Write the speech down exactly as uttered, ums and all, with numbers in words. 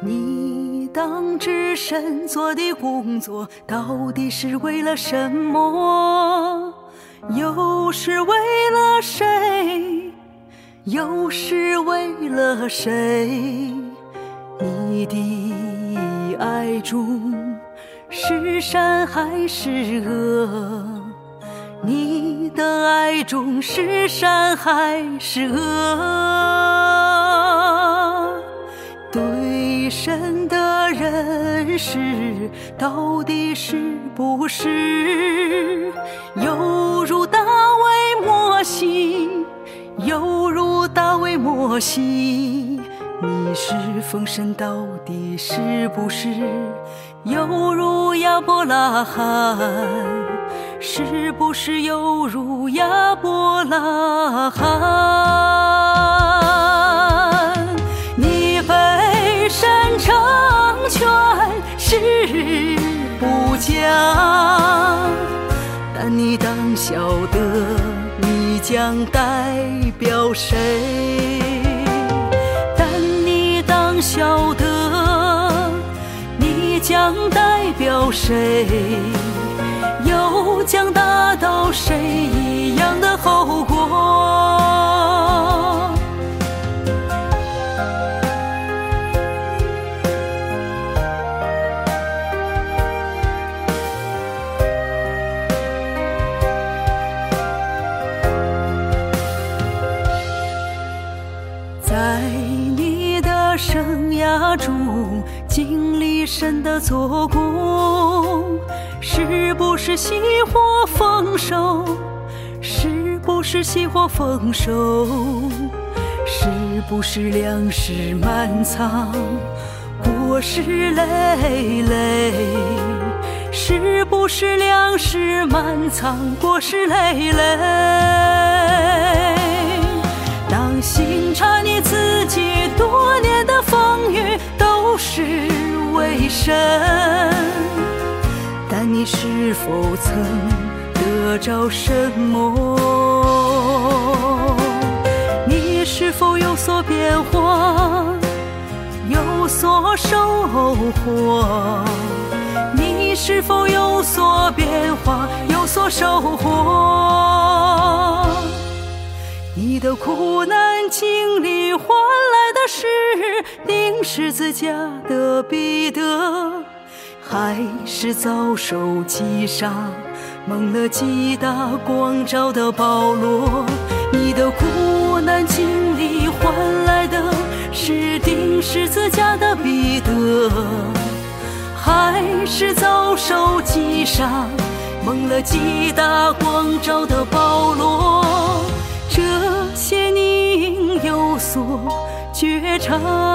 你当知神做的工作到底是为了什么？又是为了谁？又是为了谁？你的爱中是善还是恶？你的爱中是善还是恶？对神的认识到底是不是犹如大卫摩西，犹如大卫摩西？你是奉神到底是不是犹如亚伯拉罕？是不是犹如亚伯拉罕？你被神成全是不假，但你当晓得你将代表谁？但你当晓得你将代表谁？又将达到谁一样的后果？在你的生涯中经历神的做工，是不是喜获丰收？是不是喜获丰收？是不是粮食满仓，果实累累？是不是粮食满仓，果实累累？当心察你自己多年的风雨都是为神，但你是否曾得着什么？你是否有所变化，有所收获？你是否有所变化，有所收获？你的苦难经历换来的是钉十字架的彼得，还是遭受击杀蒙了极大光照的保罗？你的苦难经历换来的是钉十字架的彼得，还是遭受击杀蒙了极大光照的保罗？这些你应有所觉察。